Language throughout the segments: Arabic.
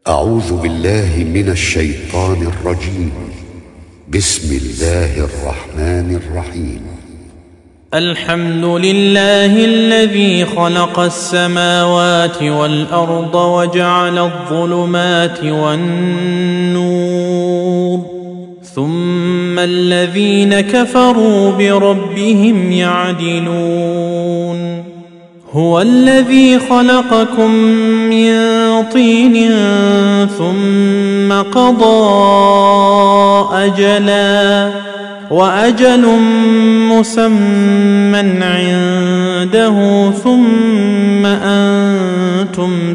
أعوذ بالله من الشيطان الرجيم. بسم الله الرحمن الرحيم. الحمد لله الذي خلق السماوات والأرض وجعل الظلمات والنور ثم الذين كفروا بربهم يعدلون. هو الذي خلقكم من طين ثم قضى أجلا وأجل مسمى عنده ثم أنتم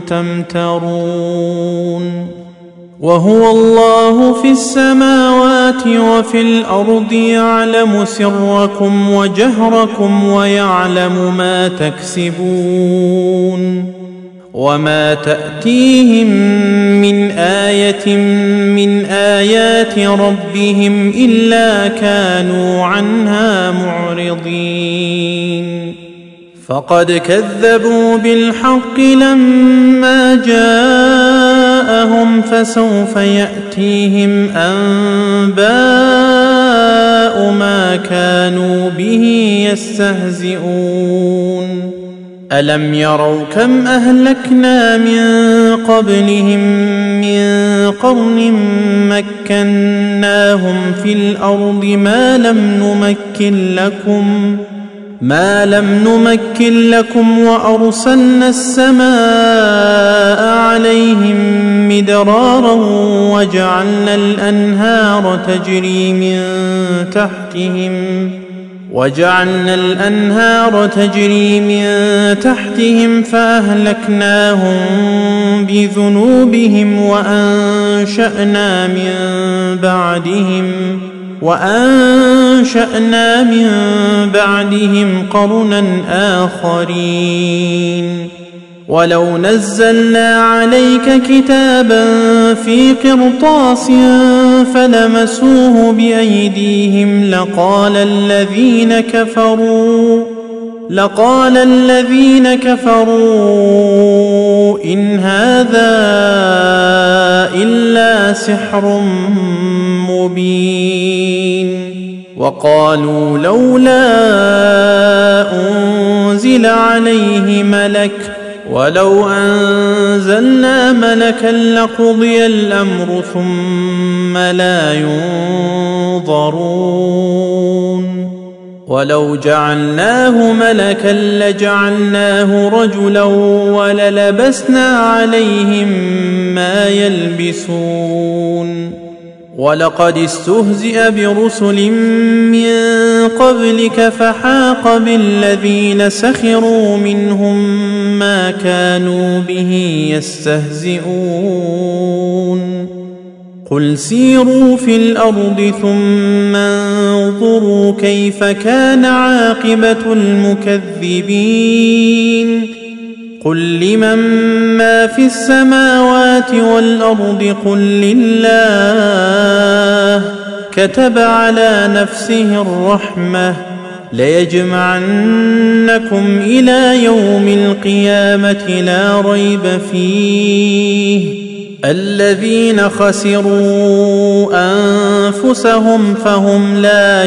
تمترون. وهو الله في السماوات وفي الأرض يعلم سركم وجهركم ويعلم ما تكسبون. وما تأتيهم من آية من آيات ربهم إلا كانوا عنها معرضين. فقد كذبوا بالحق لما جاءهم فسوف يأتيهم أنباء ما كانوا به يستهزئون. ألم يروا كم أهلكنا من قبلهم من قرن مكناهم في الأرض ما لم نمكن لكم وأرسلنا السماء عليهم مدرارا وجعلنا الأنهار تجري من تحتهم فأهلكناهم بذنوبهم وأنشأنا من بعدهم قرنا آخرين. ولو نزلنا عليك كتابا في قرطاس فلمسوه بأيديهم لقال الذين كفروا إن هذا إلا سحر مبين. وقالوا لولا أنزل عليه ملك ولو أنزلنا ملكا لقضي الأمر ثم لا ينظرون. ولو جعلناه ملكا لجعلناه رجلا وللبسنا عليهم ما يلبسون. ولقد استهزئ برسل من قبلك فحاق بالذين سخروا منهم ما كانوا به يستهزئون. قل سيروا في الأرض ثم انظروا كيف كان عاقبة المكذبين. قل لمن ما في السماوات والأرض قل لله كتب على نفسه الرحمة ليجمعنكم إلى يوم القيامة لا ريب فيه. الذين خسروا أنفسهم فهم لا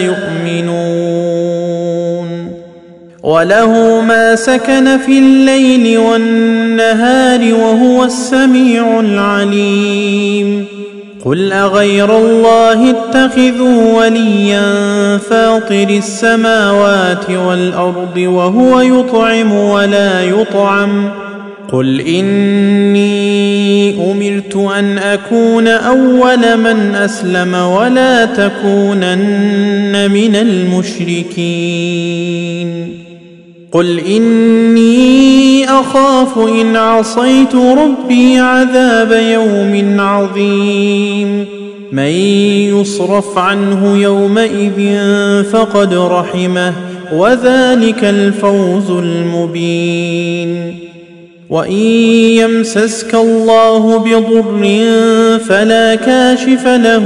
يؤمنون. وله ما سكن في الليل والنهار وهو السميع العليم. قل أغير الله اتخذوا وليا فاطر السماوات والأرض وهو يطعم ولا يطعم. قل إني أمرت أن أكون أول من أسلم ولا تكونن من المشركين. قل إني أخاف إن عصيت ربي عذاب يوم عظيم. من يصرف عنه يومئذ فقد رحمه وذلك الفوز المبين. وإن يمسسك الله بضر فلا كاشف له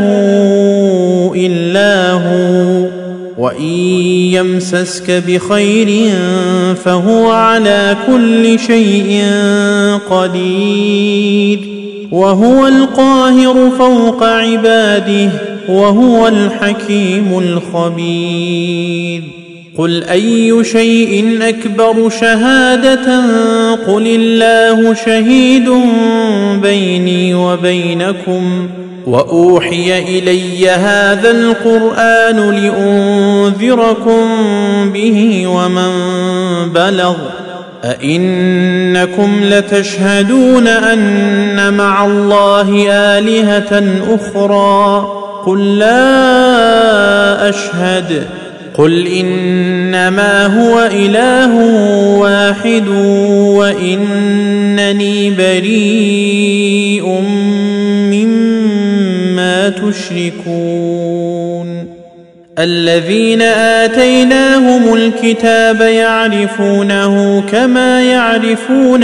إلا هو وإن يمسسك بخير فهو على كل شيء قدير وهو القاهر فوق عباده وهو الحكيم الخبير. قل أي شيء أكبر شهادة قل الله شهيد بيني وبينكم وأوحي إلي هذا القرآن لأنذركم به ومن بلغ أئنكم لتشهدون أن مع الله آلهة أخرى قل لا أشهد قل إنما هو إله واحد وإنني بريء مما تشركون. الذين آتيناهم الكتاب يعرفونه كما يعرفون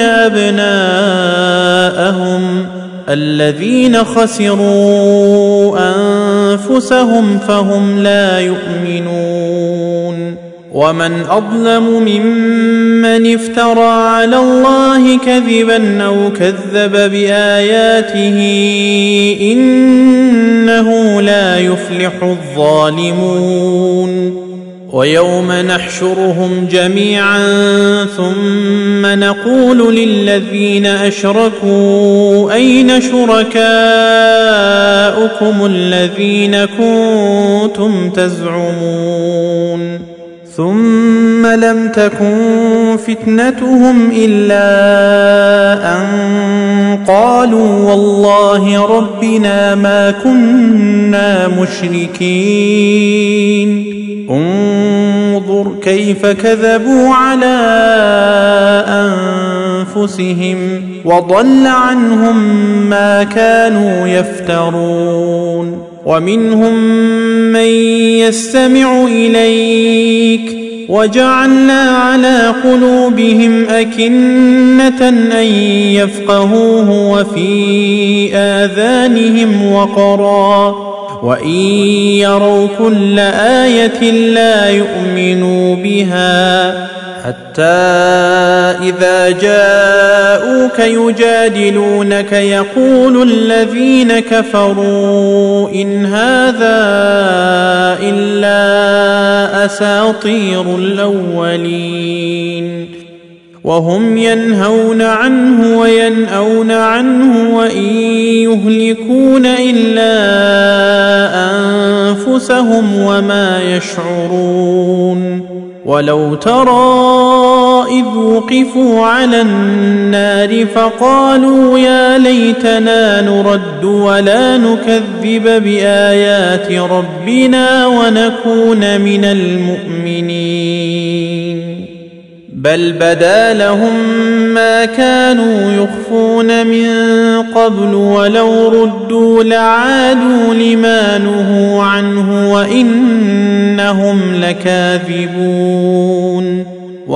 أبناءهم الذين خسروا أنفسهم فهم لا يؤمنون. ومن أظلم ممن افترى على الله كذبا أو كذب بآياته إنه لا يفلح الظالمون. ويوم نحشرهم جميعا ثم نقول للذين أشركوا أين شركاؤكم الذين كنتم تزعمون ثم لم تكن فتنتهم إلا أن قالوا والله ربنا ما كنا مشركين. انظر كيف كذبوا على أنفسهم وضل عنهم ما كانوا يفترون. ومنهم من يستمع إليك وجعلنا على قلوبهم أكنة أن يفقهوه وفي آذانهم وقرا وإن يروا كل آية لا يؤمنوا بها حتى إذا جاءوك يجادلونك يقول الذين كفروا إن هذا إلا أساطير الأولين. وهم ينهون عنه وينأون عنه وإن يهلكون إلا أنفسهم وما يشعرون. ولو ترى إذ وقفوا على النار فقالوا يا ليتنا نرد ولا نكذب بآيات ربنا ونكون من المؤمنين بل بدا لهم ما كانوا يخفون من قبل ولو ردوا لعادوا لما نهوا عنه وإنهم لكاذبون.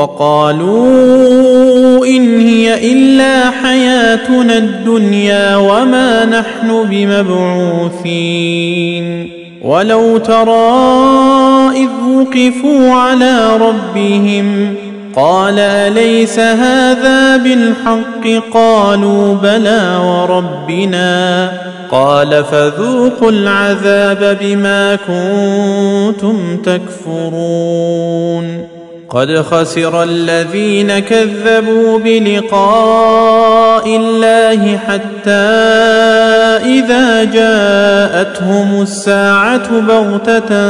وقالوا إن هي إلا حياتنا الدنيا وما نحن بمبعوثين. ولو ترى إذ وقفوا على ربهم قال أليس هذا بالحق قالوا بلى وربنا قال فذوقوا العذاب بما كنتم تكفرون. قد خسر الذين كذبوا بلقاء الله حتى إذا جاءتهم الساعة بغتة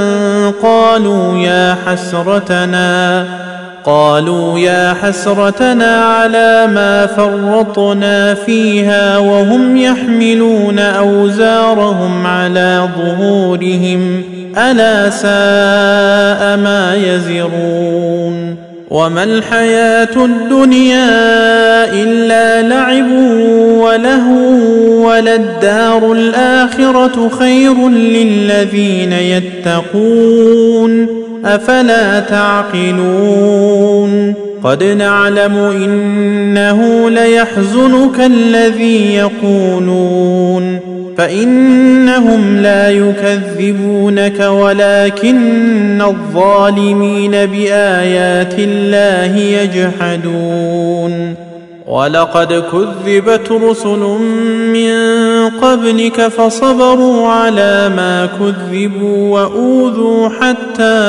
قالوا يا حسرتنا على ما فرطنا فيها وهم يحملون أوزارهم على ظهورهم ألا ساء ما يزرون. وما الحياة الدنيا إلا لعب ولهو وللدار الآخرة خير للذين يتقون أفلا تعقلون. قد نعلم إنه ليحزنك الذي يقولون فإنهم لا يكذبونك ولكن الظالمين بآيات الله يجحدون. ولقد كذبت رسل من قبلك فصبروا على ما كذبوا وأوذوا حتى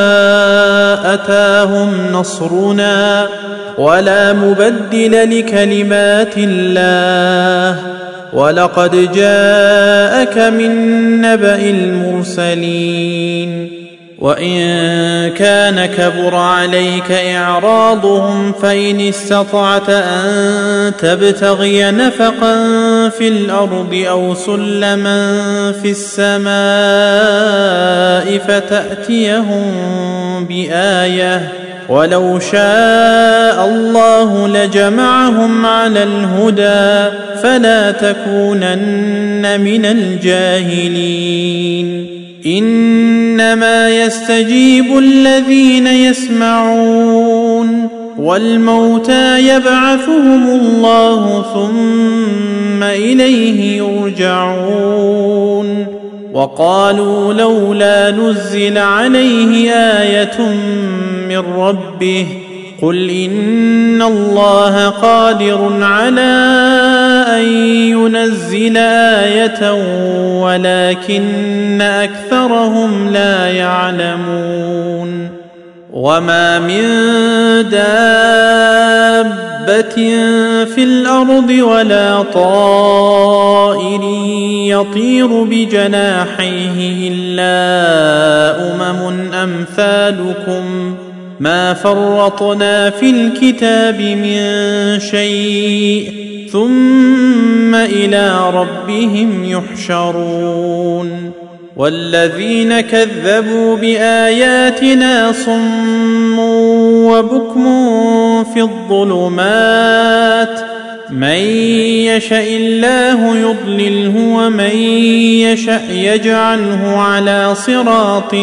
أتاهم نصرنا ولا مبدل لكلمات الله ولقد جاءك من نبأ المرسلين وإن كان كبر عليك إعراضهم فإن استطعت أن تبتغي نفقا في الأرض أو سلما في السماء فتأتيهم بآية ولو شاء الله لجمعهم على الهدى فلا تكونن من الجاهلين إنما يستجيب الذين يسمعون والموتى يبعثهم الله ثم إليه يرجعون وقالوا لولا نزل عليه آية من ربه قل إن الله قادر على أن ينزل آية ولكن أكثرهم لا يعلمون وما من دابة في الأرض ولا طائر يطير بجناحيه إلا أمثالكم ما فرطنا في الكتاب من شيء ثم إلى ربهم يحشرون والذين كذبوا بآياتنا صم وبكم في الظلمات من يشاء الله يضلله ومن يشاء يجعله على صراط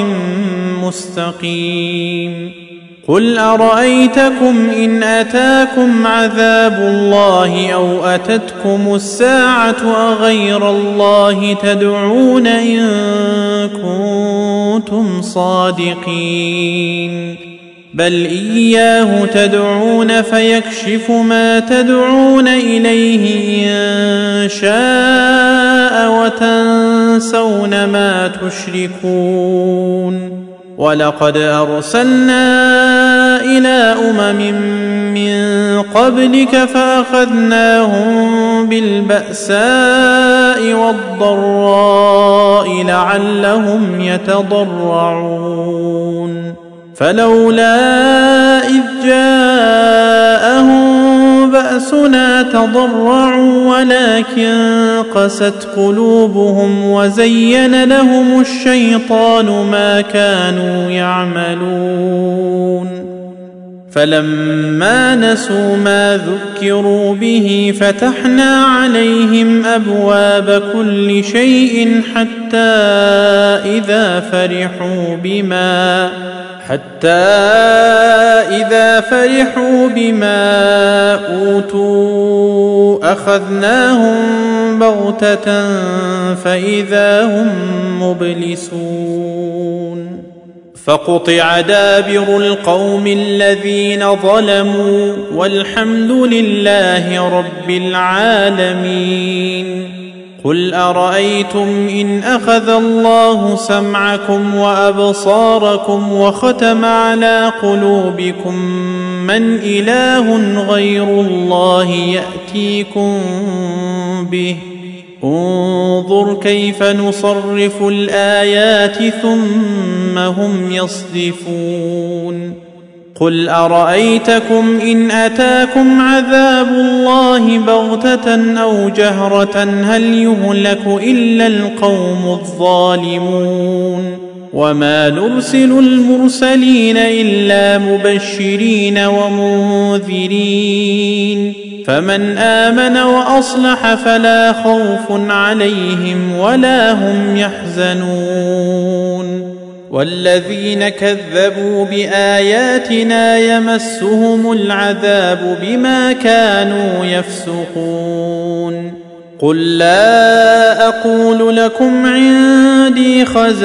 مستقيم قل أرأيتكم إن أتاكم عذاب الله أو أتتكم الساعة أغير الله تدعون إن كنتم صادقين بل إياه تدعون فيكشف ما تدعون إليه إن شاء وتنسون ما تشركون ولقد أرسلنا إلى من قبلك فأخذناهم بالبأساء والضراء لعلهم يتضرعون فلولا إذ جاءهم بأسنا تضرعوا ولكن قست قلوبهم وزين لهم الشيطان ما كانوا يعملون فلما نسوا ما ذكروا به فتحنا عليهم أبواب كل شيء حتى إذا فرحوا بما أوتوا أخذناهم بغتة فإذا هم مبلسون فقطع دابر القوم الذين ظلموا والحمد لله رب العالمين قل أرأيتم إن أخذ الله سمعكم وأبصاركم وختم على قلوبكم من إله غير الله يأتيكم به انظر كيف نصرف الآيات ثم هم يصدفون قل أرأيتكم إن أتاكم عذاب الله بغتة أو جهرة هل يهلك إلا القوم الظالمون وما نرسل المرسلين إلا مبشرين ومنذرين فمن آمن وأصلح فلا خوف عليهم ولا هم يحزنون والذين كذبوا بآياتنا يمسهم العذاب بما كانوا يفسقون قل لا أقول لكم عندي خزائن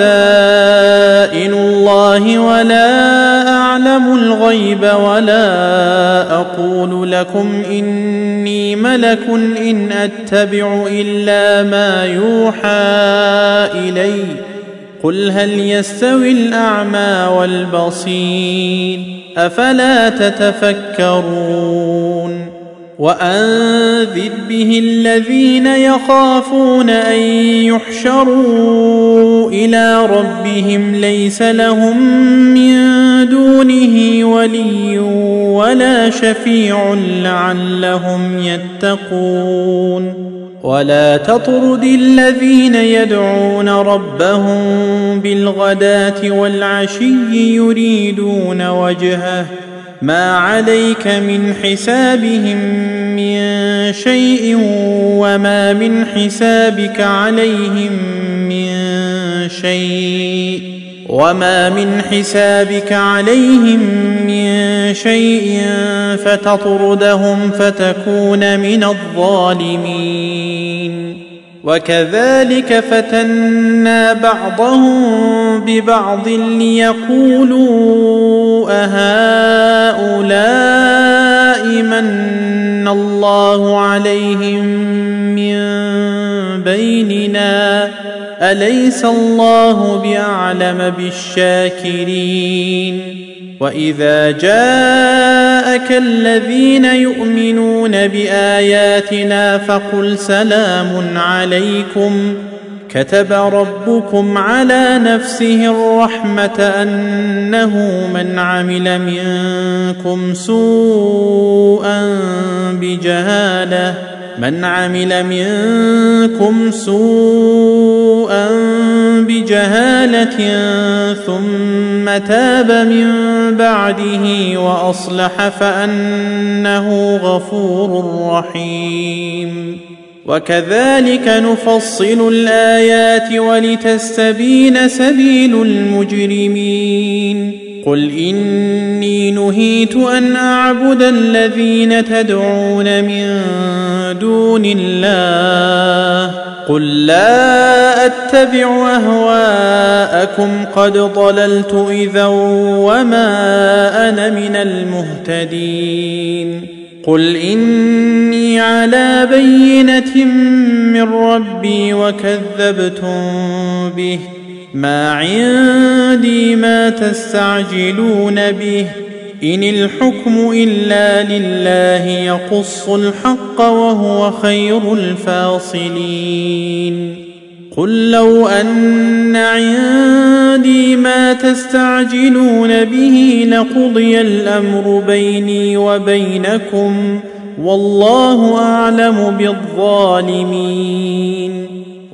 الله ولا أعلم الغيب ولا أقول لكم إني ملك إن أتبع إلا ما يوحى إلي قل هل يستوي الأعمى والبصير أفلا تتفكرون وأنذر به الذين يخافون أن يحشروا إلى ربهم ليس لهم من دونه ولي ولا شفيع لعلهم يتقون ولا تطرد الذين يدعون ربهم بالغداة والعشي يريدون وجهه ما عليك من حسابهم من شيء وما من حسابك عليهم من شيء فتطردهم فتكون من الظالمين وكذلك فتنا بعضهم ببعض ليقولوا أهؤلاء من الله عليهم من بيننا أليس الله بأعلم بالشاكرين وإذا جاءك الذين يؤمنون بآياتنا فقل سلام عليكم كتب ربكم على نفسه الرحمة أنه من عمل منكم سوءا بجهالة ثم تاب من بعده وأصلح فأنه غفور رحيم وكذلك نفصل الآيات ولتستبين سبيل المجرمين قل إني نهيت أن أعبد الذين تدعون من دون الله قل لا أتبع أهواءكم قد ضللت إذا وما أنا من المهتدين قل إني على بينة من ربي وكذبتم به ما عندي ما تستعجلون به إن الحكم إلا لله يقص الحق وهو خير الفاصلين قل لو أن عندي ما تستعجلون به لقضي الأمر بيني وبينكم والله أعلم بالظالمين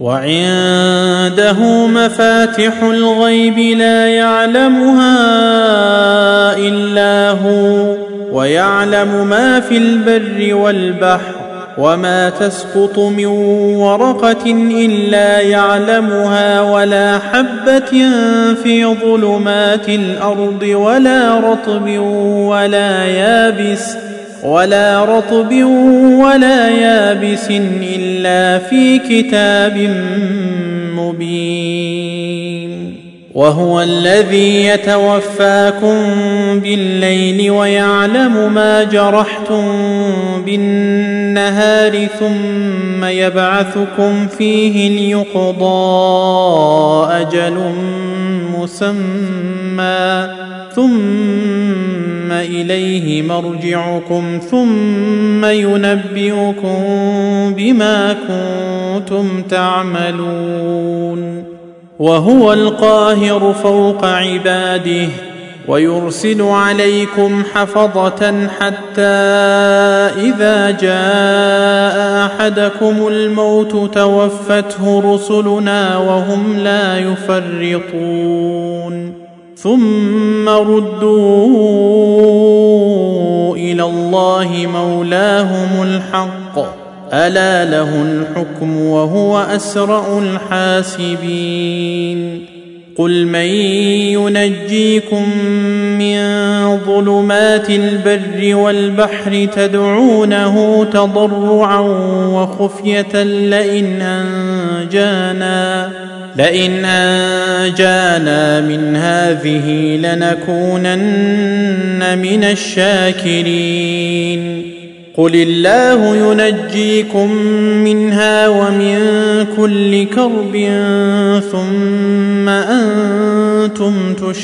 وعنده مفاتح الغيب لا يعلمها إلا هو ويعلم ما في البر والبحر وما تسقط من ورقة إلا يعلمها ولا حبة في ظلمات الأرض ولا رطب ولا يابس إلا في كتاب مبين وهو الذي يتوفاكم بالليل ويعلم ما جرحتم بالنهار ثم يبعثكم فيه ليقضى أجل مسمى ثم إليه مرجعكم ثم ينبئكم بما كنتم تعملون وهو القاهر فوق عباده ويرسل عليكم حفظة حتى إذا جاء أحدكم الموت توفته رسلنا وهم لا يفرطون ثم ردوا إلى الله مولاهم الحق ألا له الحكم وهو أسرع الحاسبين قل من ينجيكم من ظلمات البر والبحر تدعونه تضرعا وخفية لئن أنجانا من هذه لنكونن من الشاكرين قل الله ينجيكم منها ومن كل كرب ثم أنتم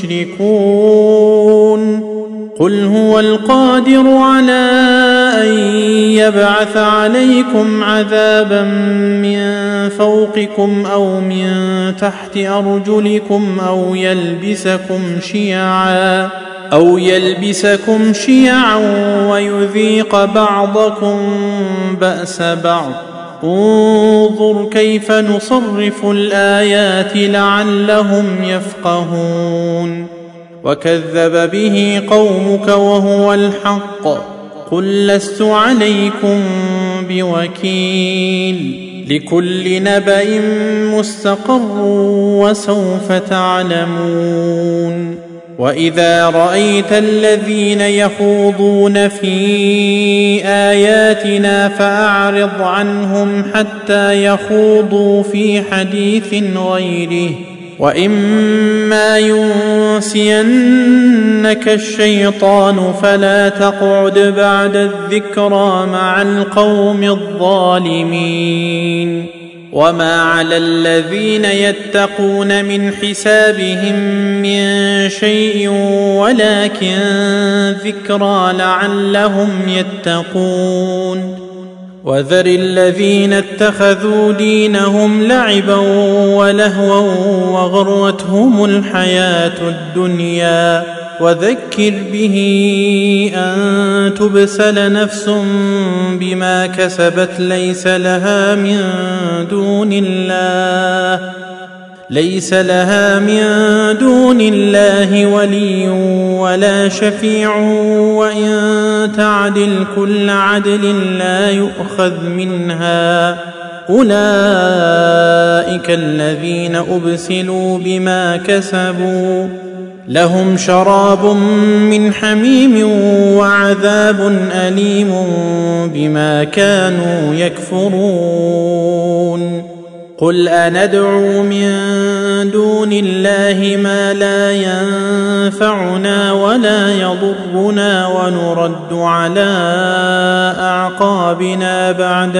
تشركون قل هو القادر على أن يبعث عليكم عذابا من فوقكم أو من تحت أرجلكم أو يلبسكم شيعا ويذيق بعضكم بأس بعض انظر كيف نصرف الآيات لعلهم يفقهون وكذب به قومك وهو الحق قل لست عليكم بوكيل لكل نبأ مستقر وسوف تعلمون وإذا رأيت الذين يخوضون في آياتنا فأعرض عنهم حتى يخوضوا في حديث غيره وإما ينسينك الشيطان فلا تقعد بعد الذكرى مع القوم الظالمين وما على الذين يتقون من حسابهم من شيء ولكن ذكرى لعلهم يتقون وذر الذين اتخذوا دينهم لعبا ولهوا وغرتهم الحياة الدنيا وذكر به أن تبسل نفس بما كسبت ليس لها من دون الله ولي ولا شفيع وإن تعدل كل عدل لا يؤخذ منها أولئك الذين أبسلوا بما كسبوا لهم شراب من حميم وعذاب أليم بما كانوا يكفرون قل أندعو من دون الله ما لا ينفعنا ولا يضرنا ونرد على أعقابنا بعد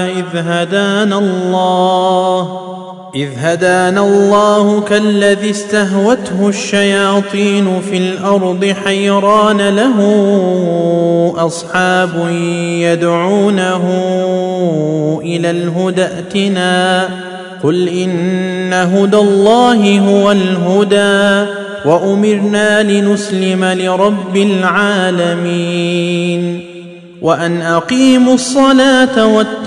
إذ هدانا الله كالذي استهوته الشياطين في الأرض حيران له أصحاب يدعونه إلى الهدى ائتنا قل إن هدى الله هو الهدى وأمرنا لنسلم لرب العالمين وأن أقيموا الصلاة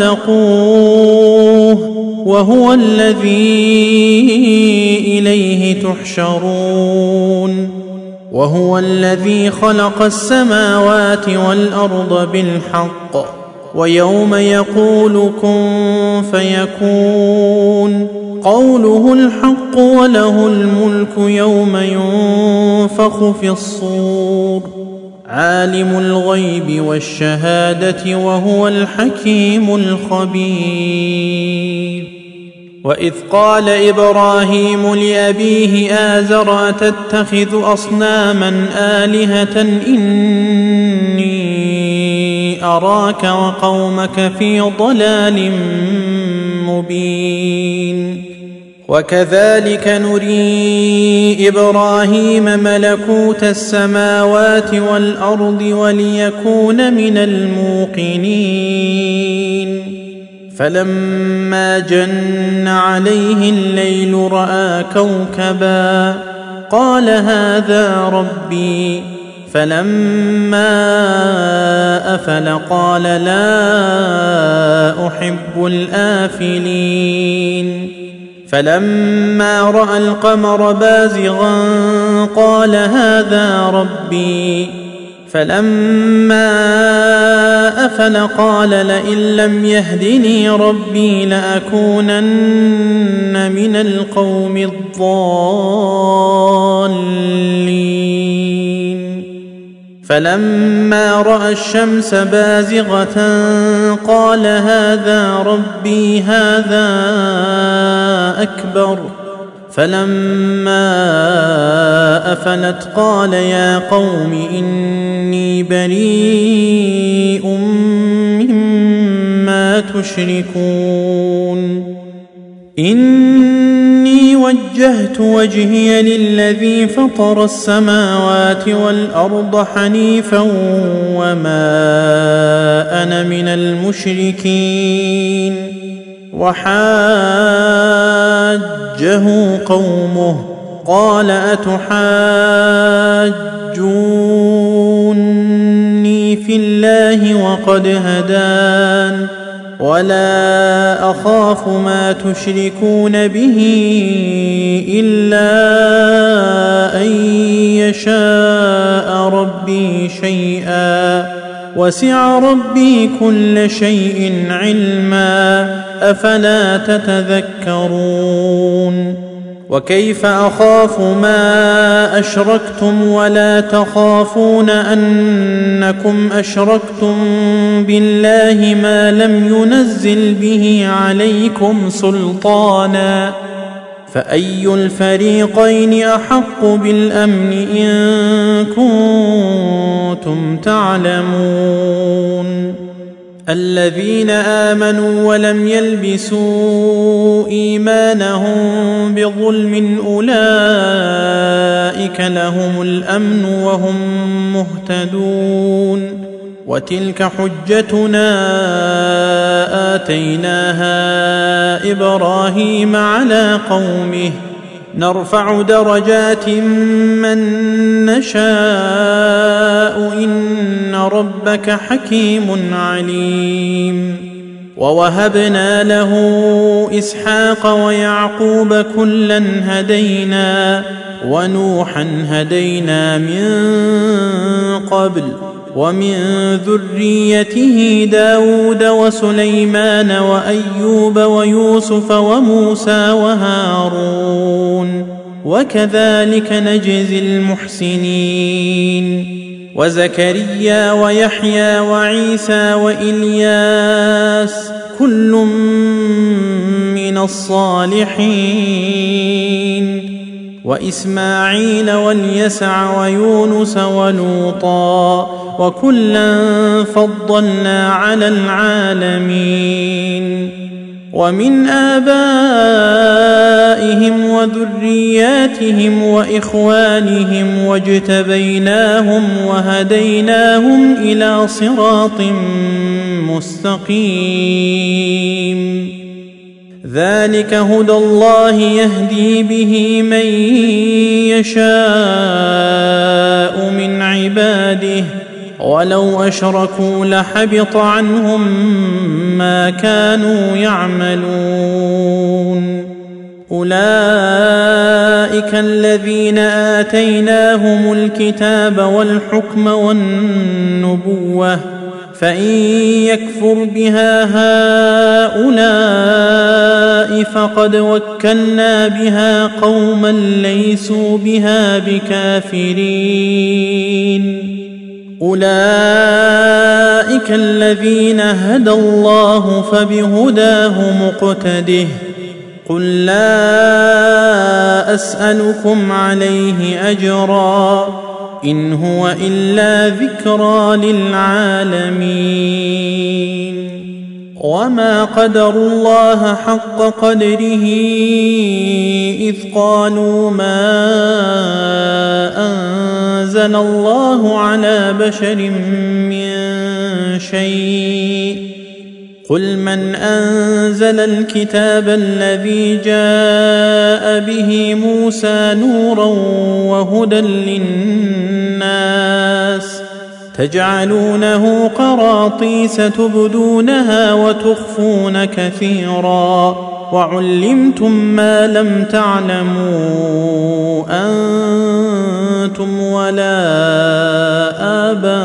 واتقوه وهو الذي إليه تحشرون وهو الذي خلق السماوات والأرض بالحق ويوم يقول كن فيكون قوله الحق وله الملك يوم ينفخ في الصور عالم الغيب والشهادة وهو الحكيم الخبير وإذ قال إبراهيم لأبيه آزر أتتخذ أصناما آلهة إني أراك وقومك في ضلال مبين وكذلك نري إبراهيم ملكوت السماوات والأرض وليكون من الموقنين فلما جن عليه الليل رأى كوكبا قال هذا ربي فلما أفل قال لا أحب الآفلين فلما رأى القمر بازغا قال هذا ربي فلما أفل قال لئن لم يهدني ربي لأكونن من القوم الضالين. فلما رأى الشمس بازغة قال هذا ربي هذا أكبر. فلما أفلت قال يا قوم إني بريء مما تشركون. إني وجهت وجهي للذي فطر السماوات والأرض حنيفا وما أنا من المشركين. وحاجه قومه قال أتحاجوني في الله وقد هدان ولا أخاف ما تشركون به إلا أن يشاء ربي شيئا وسع ربي كل شيء علما أفلا تتذكرون. وكيف أخاف ما أشركتم ولا تخافون أنكم أشركتم بالله ما لم ينزل به عليكم سلطانا فأي الفريقين أحق بالأمن إن كنتم تعلمون. الذين آمنوا ولم يلبسوا إيمانهم بظلم أولئك لهم الأمن وهم مهتدون. وتلك حجتنا آتيناها إبراهيم على قومه نرفع درجات من نشاء إن ربك حكيم عليم. ووهبنا له إسحاق ويعقوب كلا هدينا ونوحا هدينا من قبل ومن ذريته داود وسليمان وأيوب ويوسف وموسى وهارون وكذلك نجزي المحسنين. وزكريا ويحيى وعيسى وإلياس كل من الصالحين وإسماعيل واليسع ويونس ولوطا وكلا فضلنا على العالمين. ومن آبائهم وذرياتهم وإخوانهم واجتبيناهم وهديناهم إلى صراط مستقيم. ذلك هدى الله يهدي به من يشاء من عباده ولو أشركوا لحبط عنهم ما كانوا يعملون. أولئك الذين آتيناهم الكتاب والحكم والنبوة فإن يكفر بها هؤلاء فقد وكلنا بها قوما ليسوا بها بكافرين. أولئك الذين هدى الله فبهداه مقتده. قل لا أسألكم عليه أجرا إن هو إلا ذكرى للعالمين. وما قدروا الله حق قدره إذ قالوا ما أنزل الله على بشر من شيء. قل من أنزل الكتاب الذي جاء به موسى نورا وهدى للناس تجعلونه قراطيس تبدونها وتخفون كثيرا وعلمتم ما لم تعلموا أنتم ولا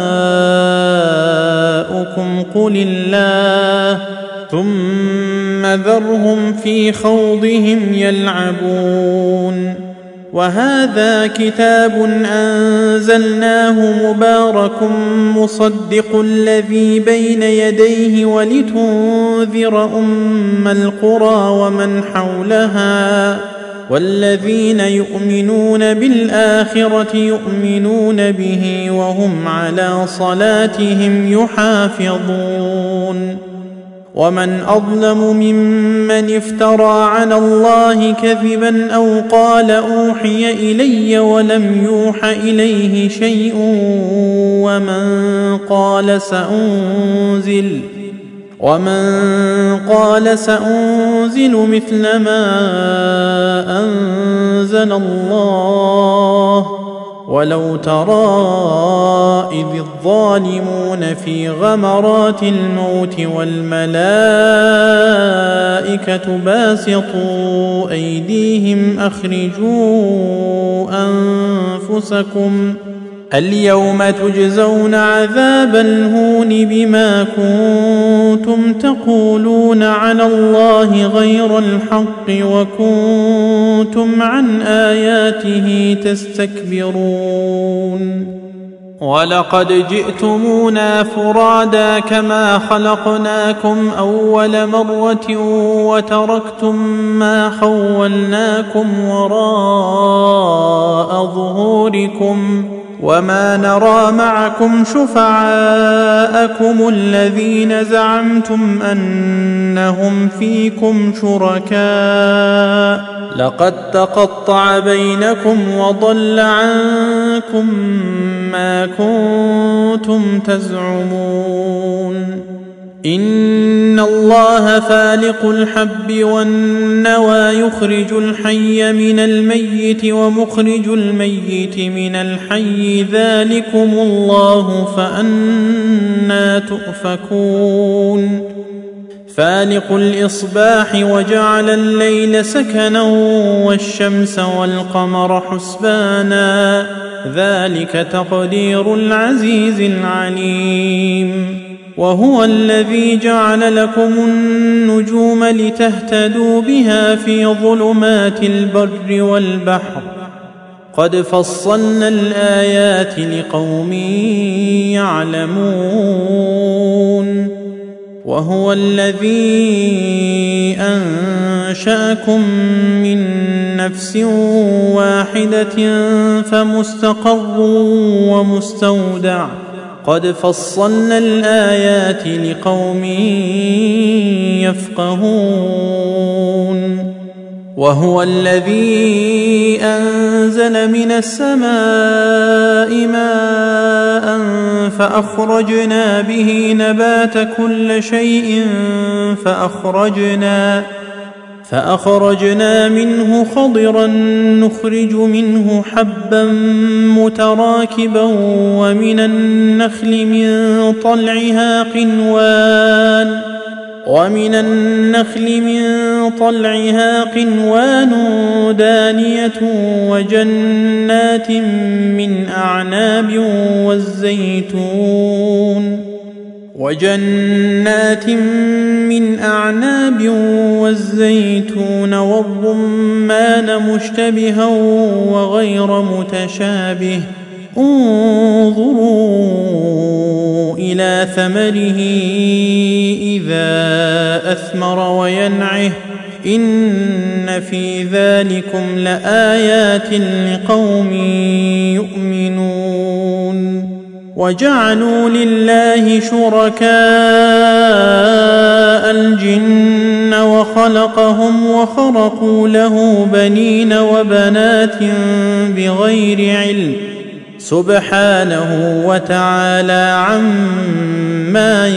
آباؤكم قل الله ثم ذرهم في خوضهم يلعبون وهذا كتاب أنزلناه مبارك مصدق الذي بين يديه ولتنذر أم القرى ومن حولها والذين يؤمنون بالآخرة يؤمنون به وهم على صلاتهم يحافظون ومن أظلم ممن افترى على الله كذبا أو قال أوحي إلي ولم يوح إليه شيء ومن قال سأنزل مثل ما أنزل الله ولو ترى إذ الظالمون في غمرات الموت والملائكة باسطوا أيديهم أخرجوا أنفسكم اليوم تجزون عذاب الهون بما كنتم تقولون على الله غير الحق وكنتم عن آياته تستكبرون ولقد جئتمونا فرادا كما خلقناكم أول مرة وتركتم ما خولناكم وراء ظهوركم وما نرى معكم شفعاءكم الذين زعمتم أنهم فيكم شركاء لقد تقطع بينكم وضل عنكم ما كنتم تزعمون إن الله فالق الحب والنوى يخرج الحي من الميت ومخرج الميت من الحي ذلكم الله فأنى تؤفكون فالق الإصباح وجعل الليل سكنا والشمس والقمر حسبانا ذلك تقدير العزيز العليم وهو الذي جعل لكم النجوم لتهتدوا بها في ظلمات البر والبحر قد فصلنا الآيات لقوم يعلمون وهو الذي أنشأكم من نفس واحدة فمستقر ومستودع قد فصلنا الآيات لقوم يفقهون وهو الذي أنزل من السماء ماء فأخرجنا به نبات كل شيء فأخرجنا منه خضرا نخرج منه حبا متراكبا ومن النخل من طلعها قنوان دانية وجنات من أعناب والزيتون والرمان مشتبها وغير متشابه انظروا إلى ثمره إذا أثمر وينعه إن في ذلكم لآيات لقوم يؤمنون وجعلوا لله شركاء الجن وخلقهم وخرقوا له بنين وبنات بغير علم سبحانه وتعالى عما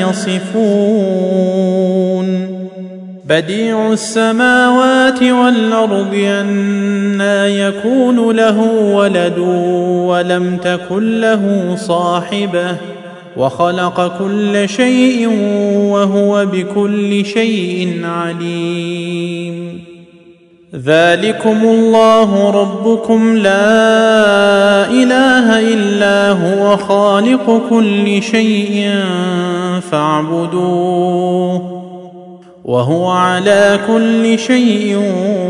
يصفون بديع السماوات والأرض أنى يكون له ولد ولم تكن له صاحبة وخلق كل شيء وهو بكل شيء عليم ذلكم الله ربكم لا إله إلا هو خالق كل شيء فاعبدوه وهو على كل شيء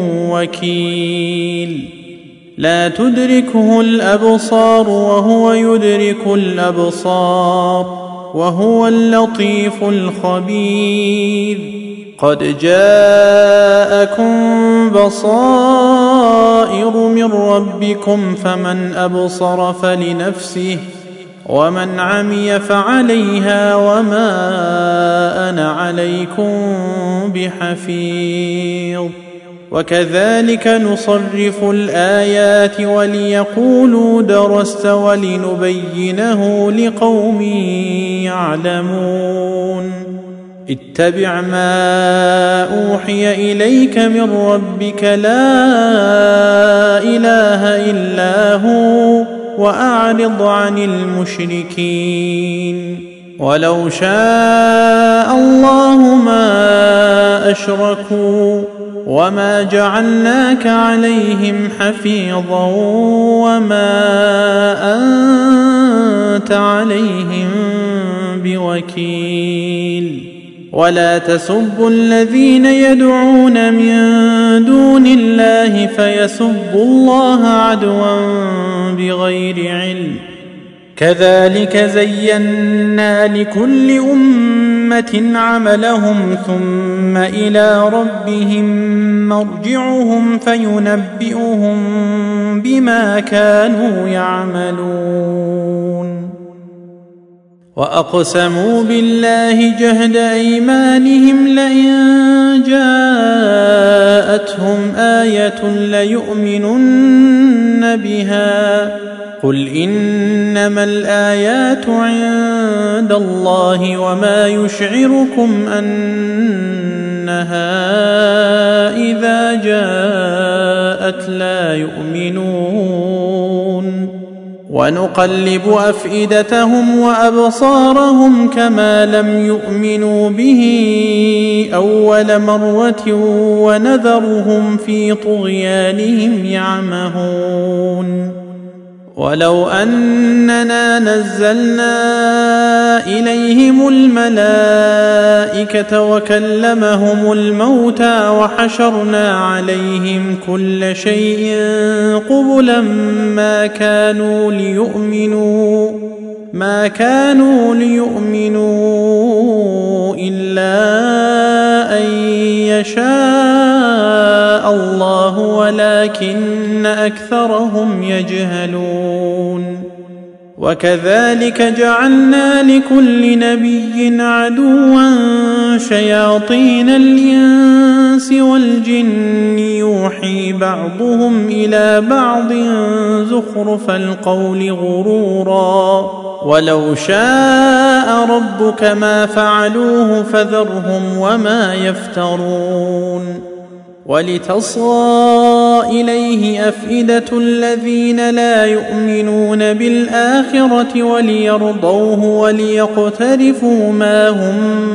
وكيل لا تدركه الأبصار وهو يدرك الأبصار وهو اللطيف الخبير قد جاءكم بصائر من ربكم فمن أبصر فلنفسه ومن عمي فعليها وما أنا عليكم بحفيظ وكذلك نصرف الآيات وليقولوا درست ولنبينه لقوم يعلمون اتبع ما أوحي إليك من ربك لا إله إلا هو وأعرض عن المشركين ولو شاء الله ما أشركوا وما جعلناك عليهم حفيظا وما أنت عليهم بوكيل ولا تسبوا الذين يدعون من دون الله فيسبوا الله عدوا بغير علم كذلك زينا لكل أمة عملهم ثم إلى ربهم مرجعهم فينبئهم بما كانوا يعملون وأقسموا بالله جهد أيمانهم لئن جاءتهم آية ليؤمنن بها قل إنما الآيات عند الله وما يشعركم أنها إذا جاءت لا يؤمنون ونقلب أفئدتهم وأبصارهم كما لم يؤمنوا به أول مرة ونذرهم في طغيانهم يعمهون ولو أننا نزلنا إليهم الملائكة وكلمهم الموتى وحشرنا عليهم كل شيء قبلا ما كانوا ليؤمنوا إلا أن يشاء الله ولكن أكثرهم يجهلون وكذلك جعلنا لكل نبي عدوا شياطين الإنس والجن يوحي بعضهم إلى بعض زخرف القول غرورا ولو شاء ربك ما فعلوه فذرهم وما يفترون ولتصغى إليه أفئدة الذين لا يؤمنون بالآخرة وليرضوه وليقترفوا ما هم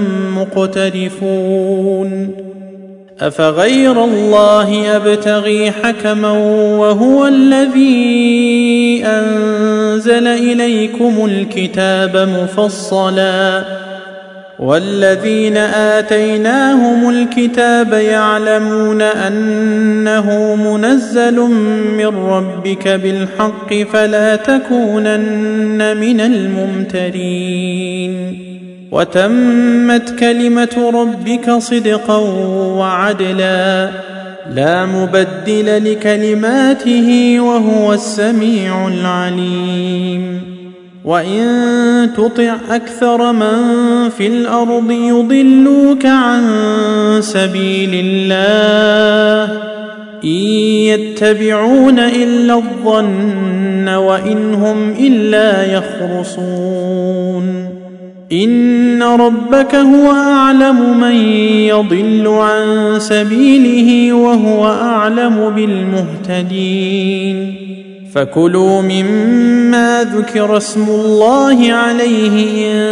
مقترفون أفغير الله أبتغي حكما وهو الذي أنزل إليكم الكتاب مفصلا والذين آتيناهم الكتاب يعلمون أنه منزل من ربك بالحق فلا تكونن من الممترين وتمت كلمة ربك صدقا وعدلا لا مبدل لكلماته وهو السميع العليم وإن تطع أكثر من في الأرض يضلوك عن سبيل الله إن يتبعون إلا الظن وإن هم إلا يخرصون إن ربك هو أعلم من يضل عن سبيله وهو أعلم بالمهتدين فكلوا مما ذكر اسم الله عليه إن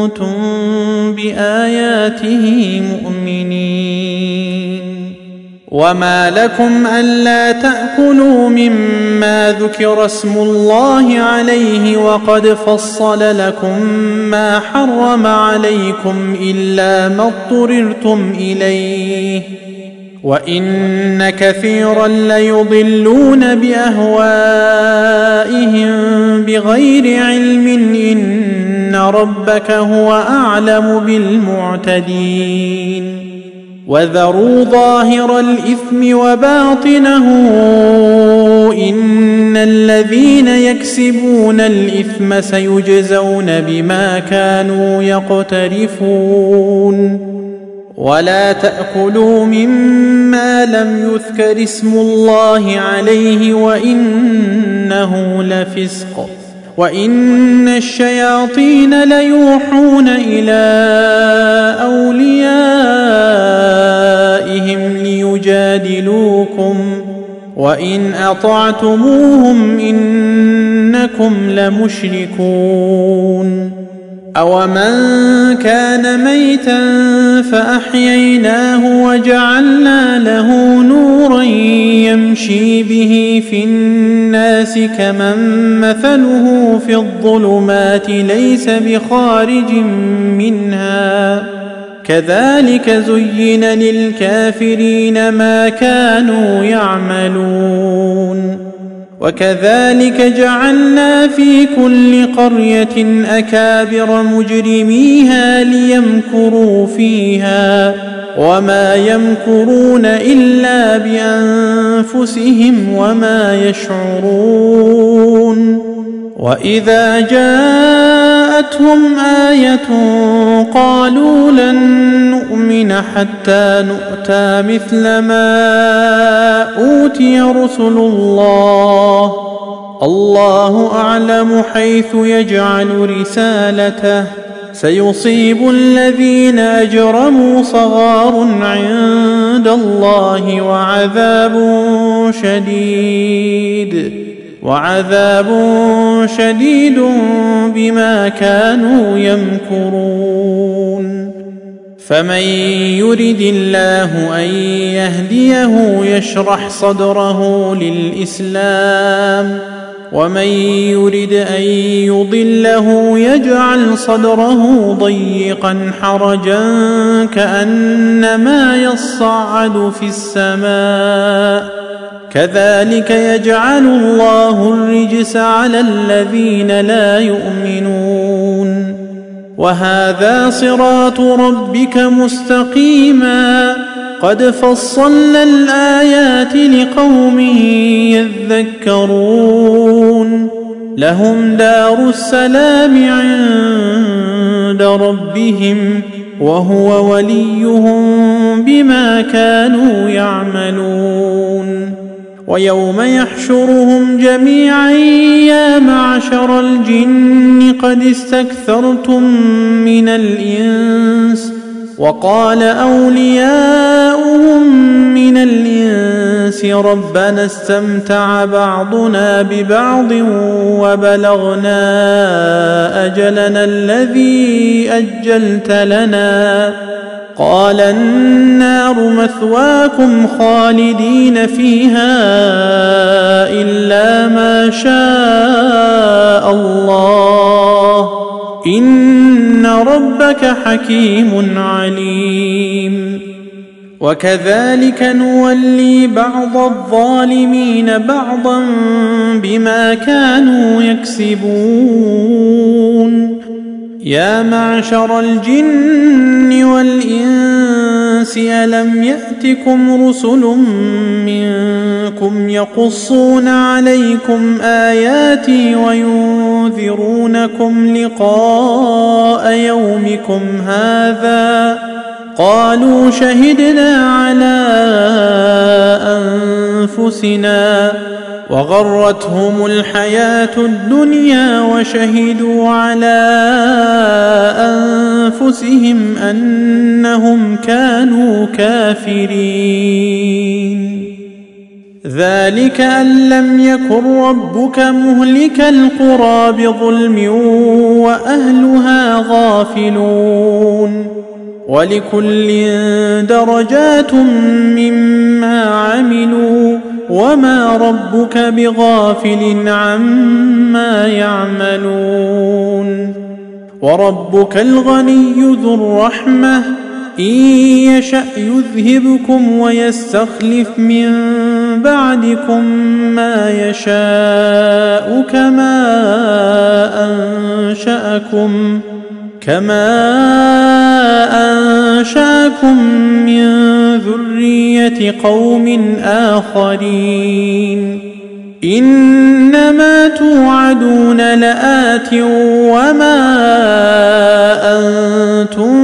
كنتم بآياته مؤمنين وما لكم ألا تأكلوا مما ذكر اسم الله عليه وقد فصل لكم ما حرم عليكم إلا ما اضطررتم إليه وإن كثيرا ليضلون بأهوائهم بغير علم إن ربك هو أعلم بالمعتدين وذروا ظاهر الإثم وباطنه إن الذين يكسبون الإثم سيجزون بما كانوا يقترفون ولا تأكلوا مما لم يذكر اسم الله عليه وإنه لفسق وإن الشياطين ليوحون إلى أوليائهم ليجادلوكم وإن أطعتموهم إنكم لمشركون أومن كان ميتا فأحييناه وجعلنا له نورا يمشي به في الناس كمن مثله في الظلمات ليس بخارج منها كذلك زين للكافرين ما كانوا يعملون وكذلك جعلنا في كل قرية أكابر مجرميها ليمكروا فيها وما يمكرون إلا بأنفسهم وما يشعرون وإذا جاءتهم آية قالوا لن نؤمن حتى نؤتى مثل ما أوتي رسل الله الله أعلم حيث يجعل رسالته سيصيب الذين أجرموا صغار عند الله وعذاب شديد بما كانوا يمكرون فمن يرد الله أن يهديه يشرح صدره للإسلام ومن يرد أن يضله يجعل صدره ضيقا حرجا كأنما يصعد في السماء كذلك يجعل الله الرجس على الذين لا يؤمنون وهذا صراط ربك مستقيما قد فصلنا الآيات لقوم يذكرون لهم دار السلام عند ربهم وهو وليهم بما كانوا يعملون ويوم يحشرهم جميعا يا معشر الجن قد استكثرتم من الإنس وقال أولياؤهم من الإنس ربنا استمتع بعضنا ببعض وبلغنا أجلنا الذي أجلت لنا قال النار مثواكم خالدين فيها إلا ما شاء الله إن ربك حكيم عليم وكذلك نولي بعض الظالمين بعضا بما كانوا يكسبون يا معشر الجن والإنس ألم يأتكم رسل منكم يقصون عليكم آياتي وينذرونكم لقاء يومكم هذا قالوا شهدنا على أنفسنا وغرتهم الحياة الدنيا وشهدوا على أنفسهم أنهم كانوا كافرين ذلك أن لم يكن ربك مهلك القرى بظلم وأهلها غافلون ولكل درجات مما وما ربك بغافل عما يعملون وربك الغني ذو الرحمة إن يشأ يذهبكم ويستخلف من بعدكم ما يشاء كما أنشأكم من ذرية قوم آخرين إنما توعدون لآت وما أنتم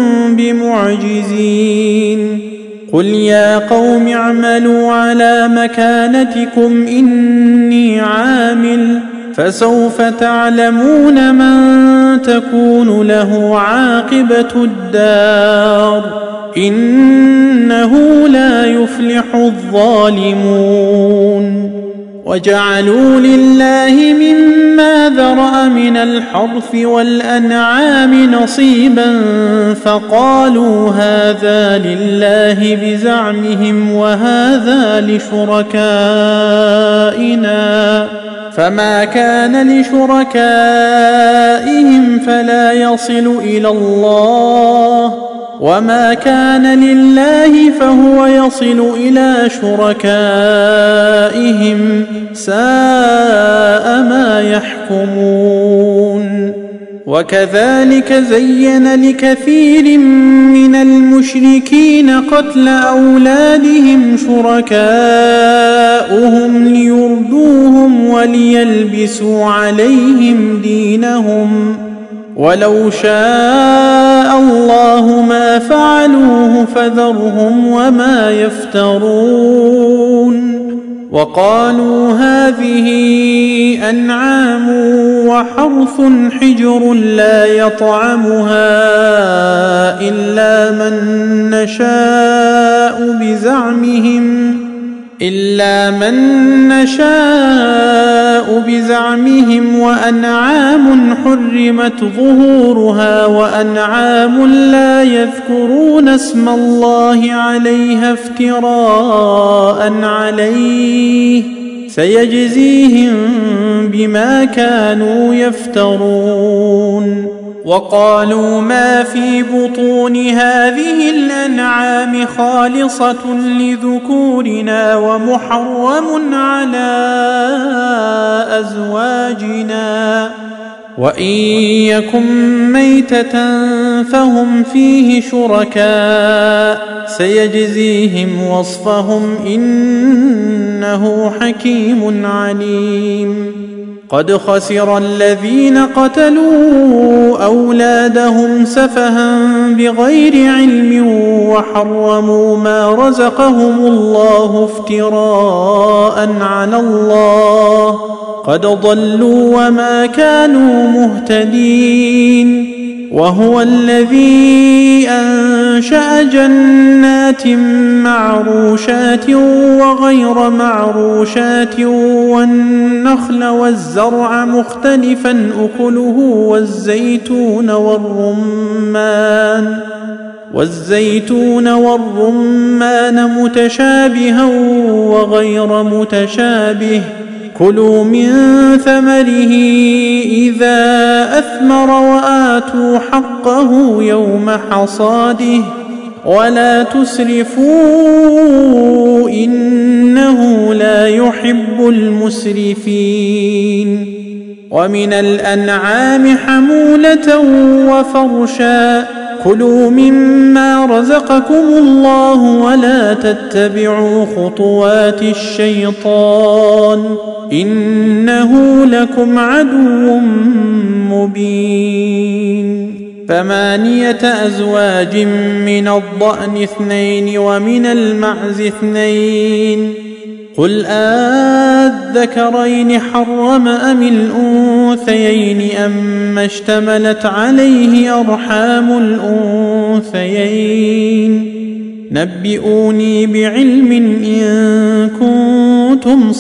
بمعجزين قل يا قوم اعملوا على مكانتكم إني عامل فسوف تعلمون من تكون له عاقبة الدار إنه لا يفلح الظالمون وجعلوا لله مما ذرأ من الحرث والأنعام نصيبا فقالوا هذا لله بزعمهم وهذا لشركائنا فما كان لشركائهم فلا يصل إلى الله وما كان لله فهو يصل إلى شركائهم ساء ما يحكمون وكذلك زين لكثير من المشركين قتل أولادهم شركاؤهم ليردوهم وليلبسوا عليهم دينهم ولو شاء الله ما فعلوه فذرهم وما يفترون وقالوا هذه أنعام وحرث حجر لا يطعمها إلا من نشاء بزعمهم وأنعام حرمت ظهورها وأنعام لا يذكرون اسم الله عليها افتراء عليه سيجزيهم بما كانوا يفترون وقالوا ما في بطون هذه الأنعام خالصة لذكورنا ومحرم على أزواجنا وإن يكن ميتة فهم فيه شركاء سيجزيهم وصفهم إنه حكيم عليم قد خسر الذين قتلوا أولادهم سفها بغير علم وحرموا ما رزقهم الله افتراء على الله قد ضلوا وما كانوا مهتدين وهو الذي أنشأ جنات معروشات وغير معروشات والنخل والزرع مختلفا أكله والزيتون والرمان متشابها وغير متشابه كلوا من ثمره إذا أثمر وآتوا حقه يوم حصاده ولا تسرفوا إنه لا يحب المسرفين ومن الأنعام حمولة وفرشا كلوا مما رزقكم الله ولا تتبعوا خطوات الشيطان إنه لكم عدو مبين 8 أزواج من الضأن 2 ومن المعز 2 قل أذكرين حرم أم الأنثيين أما اشتملت عليه أرحام الأنثيين نبئوني بعلم إن كنتم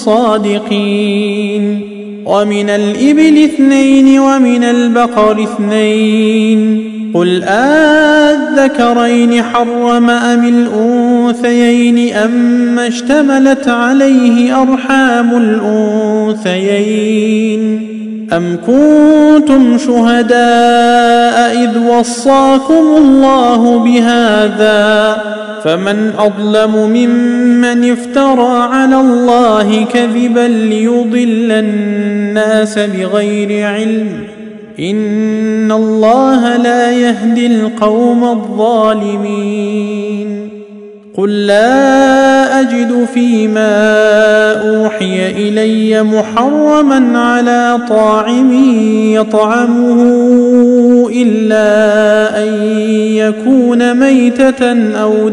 صادقين ومن الإبل 2 ومن البقر 2 قل أذكرين حرم أم الأنثيين أما اشتملت عليه أرحام الأنثيين أم كنتم شهداء إذ وصاكم الله بهذا فمن أظلم ممن افترى على الله كذبا ليضل الناس بغير علم إن الله لا يهدي القوم الظالمين قل لا أجد فيما أوحي إلي محرما على طاعم يطعمه إلا أن يكون ميتة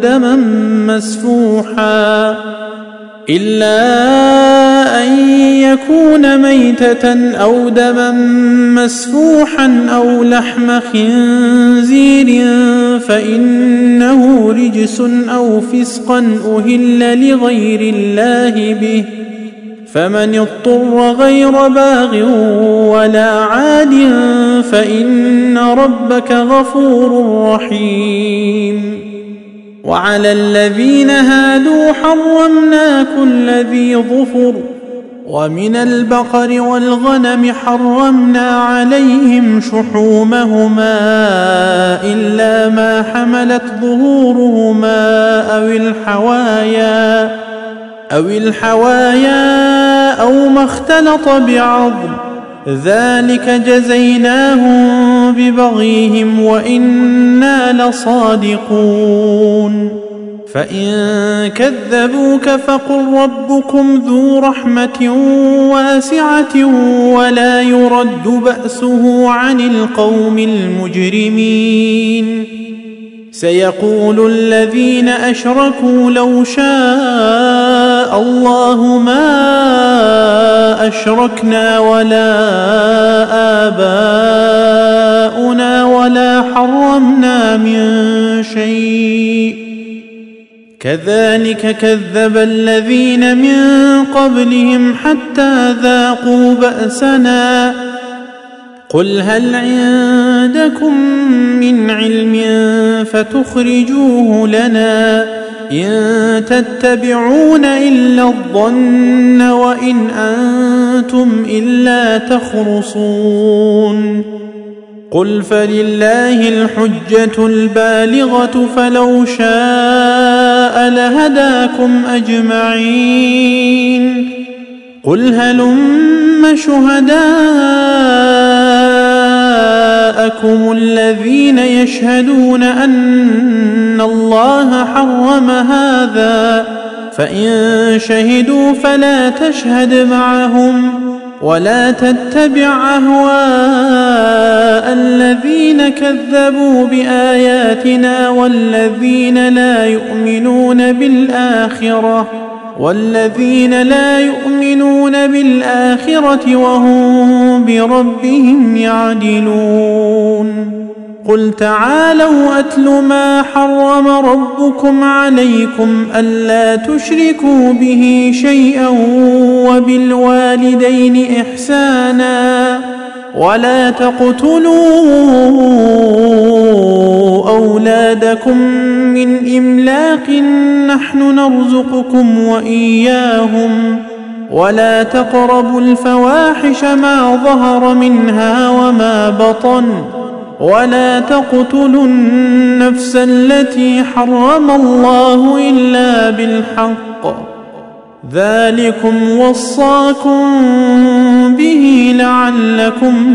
أو دما مسفوحا أو لحم خنزير فإنه رجس أو فسقا أهل لغير الله به فمن اضطر غير باغ ولا عاد فإن ربك غفور رحيم وعلى الذين هادوا حرمنا كل ذي ظفر ومن البقر والغنم حرمنا عليهم شحومهما إلا ما حملت ظهورهما أو الحوايا أو ما اختلط بعظم ذلك جزيناهم ببغيهم وإنا لصادقون فإن كذبوك فقل ربكم ذو رحمة واسعة ولا يرد بأسه عن القوم المجرمين سيقول الذين أشركوا لو شاء الله ما أشركنا ولا آباؤنا ولا حرمنا من شيء كذلك كذب الذين من قبلهم حتى ذاقوا بأسنا قل هل عندكم من علم فتخرجوه لنا إن تتبعون إلا الظن وإن أنتم إلا تخرصون قل فلله الحجة البالغة فلو شاء لهداكم أجمعين قل هلم شهداءكم الذين يشهدون أن الله حرم هذا فإن شهدوا فلا تشهد معهم ولا تتبع أهواء الذين كذبوا بآياتنا والذين لا يؤمنون بالآخرة وهم بربهم يعدلون قل تعالوا أتل ما حرم ربكم عليكم ألا تشركوا به شيئا وبالوالدين إحسانا ولا تقتلوا أولادكم من إملاق نحن نرزقكم وإياهم ولا تقربوا الفواحش ما ظهر منها وما بطن ولا تقتلوا النفس التي حرم الله إلا بالحق ذلكم وصاكم به لعلكم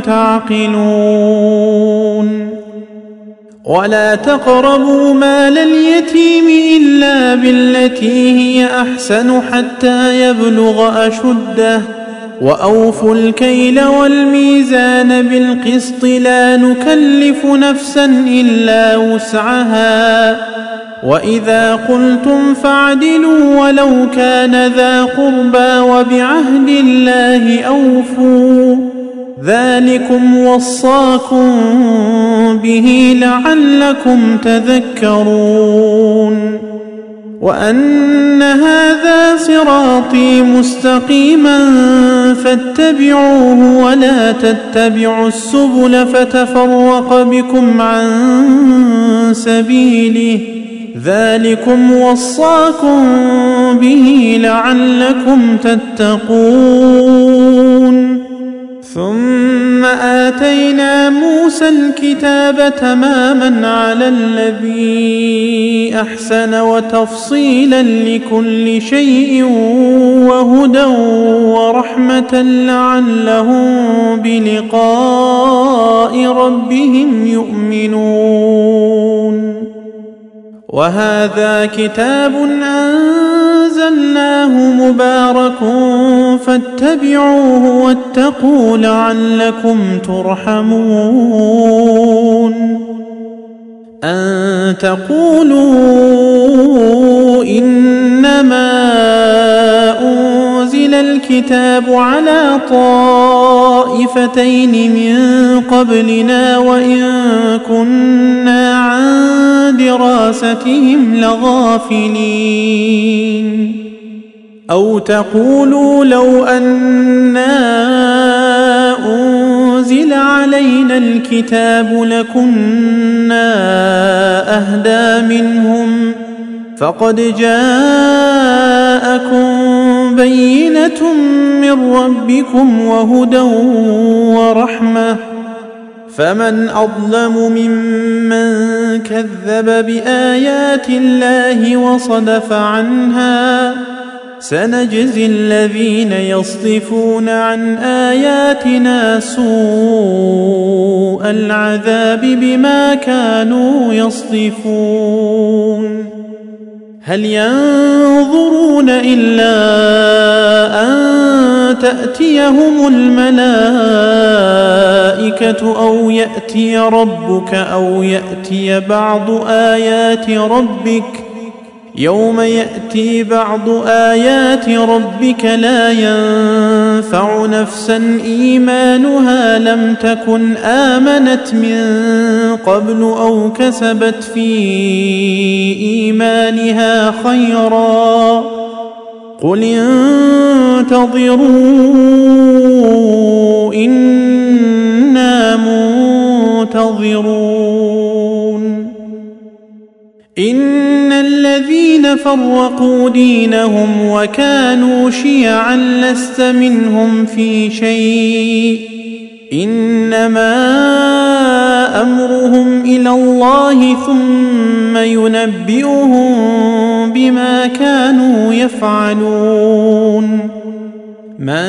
تعقلون ولا تقربوا مال اليتيم إلا بالتي هي أحسن حتى يبلغ أشده وأوفوا الكيل والميزان بالقسط لا نكلف نفسا إلا وسعها وإذا قلتم فاعدلوا ولو كان ذا قربى وبعهد الله أوفوا ذلكم وصاكم به لعلكم تذكرون وأن هذا صراطي مستقيما فاتبعوه ولا تتبعوا السبل فتفرق بكم عن سبيله ذلكم وصاكم به لعلكم تتقون. ثم آتينا موسى الكتاب تماما على الذي أحسن وتفصيلا لكل شيء وهدى ورحمة لعلهم بلقاء ربهم يؤمنون. وهذا كتاب أنزلناه مبارك فاتبعوه واتقوا لعلكم ترحمون. أن تقولوا إنما أنزل الكتاب على طائفتين من قبلنا وإن كنا عن دراستهم لغافلين. أو تقولوا لو أنا أنزل علينا الكتاب لكنا أهدى منهم فقد جاءكم بينة من ربكم وهدى ورحمة فمن أظلم ممن كذب بآيات الله وصدف عنها سنجزي الذين يصدفون عن آياتنا سوء العذاب بما كانوا يصدفون. هل ينظرون إلا أن تأتيهم الملائكة أو يأتي ربك أو يأتي بعض آيات ربك يوم يأتي بعض آيات ربك لا ينفع نفسا إيمانها لم تكن آمنت من قبل أو كسبت في إيمانها خيرا قل انتظروا إنا منتظرون. إن الذين فرقوا دينهم وكانوا شيعا لست منهم في شيء إنما أمرهم إلى الله ثم ينبئهم بما كانوا يفعلون. من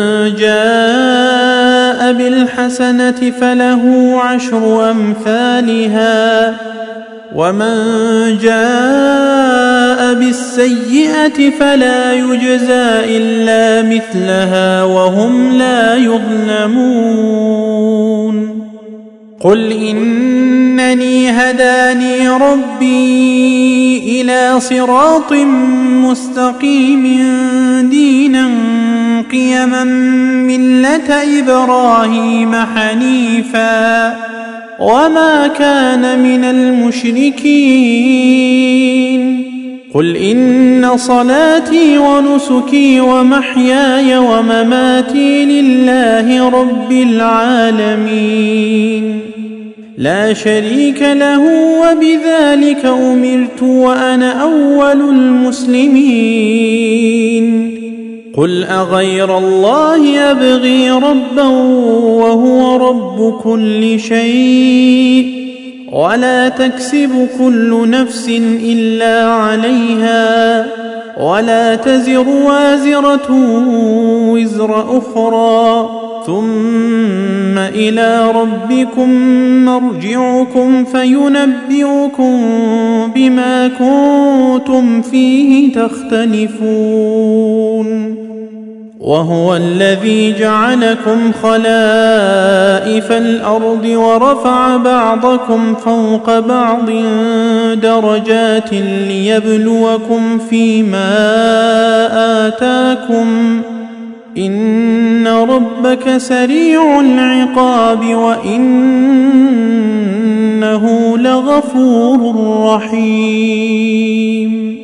جاء بالحسنة فله 10 أمثالها ومن جاء بالسيئة فلا يجزى إلا مثلها وهم لا يظلمون. قل إنني هداني ربي إلى صراط مستقيم دينا قيما ملة إبراهيم حنيفا وما كان من المشركين. قل إن صلاتي ونسكي ومحياي ومماتي لله رب العالمين لا شريك له وبذلك أمرت وأنا أول المسلمين. قل أغير الله أبغي ربا وهو رب كل شيء ولا تكسب كل نفس إلا عليها ولا تزر وازرة وزر أخرى ثم إلى ربكم مرجعكم فينبئكم بما كنتم فيه تختلفون. وهو الذي جعلكم خلائف الأرض ورفع بعضكم فوق بعض درجات ليبلوكم فيما آتاكم إن ربك سريع العقاب وإنه لغفور رحيم.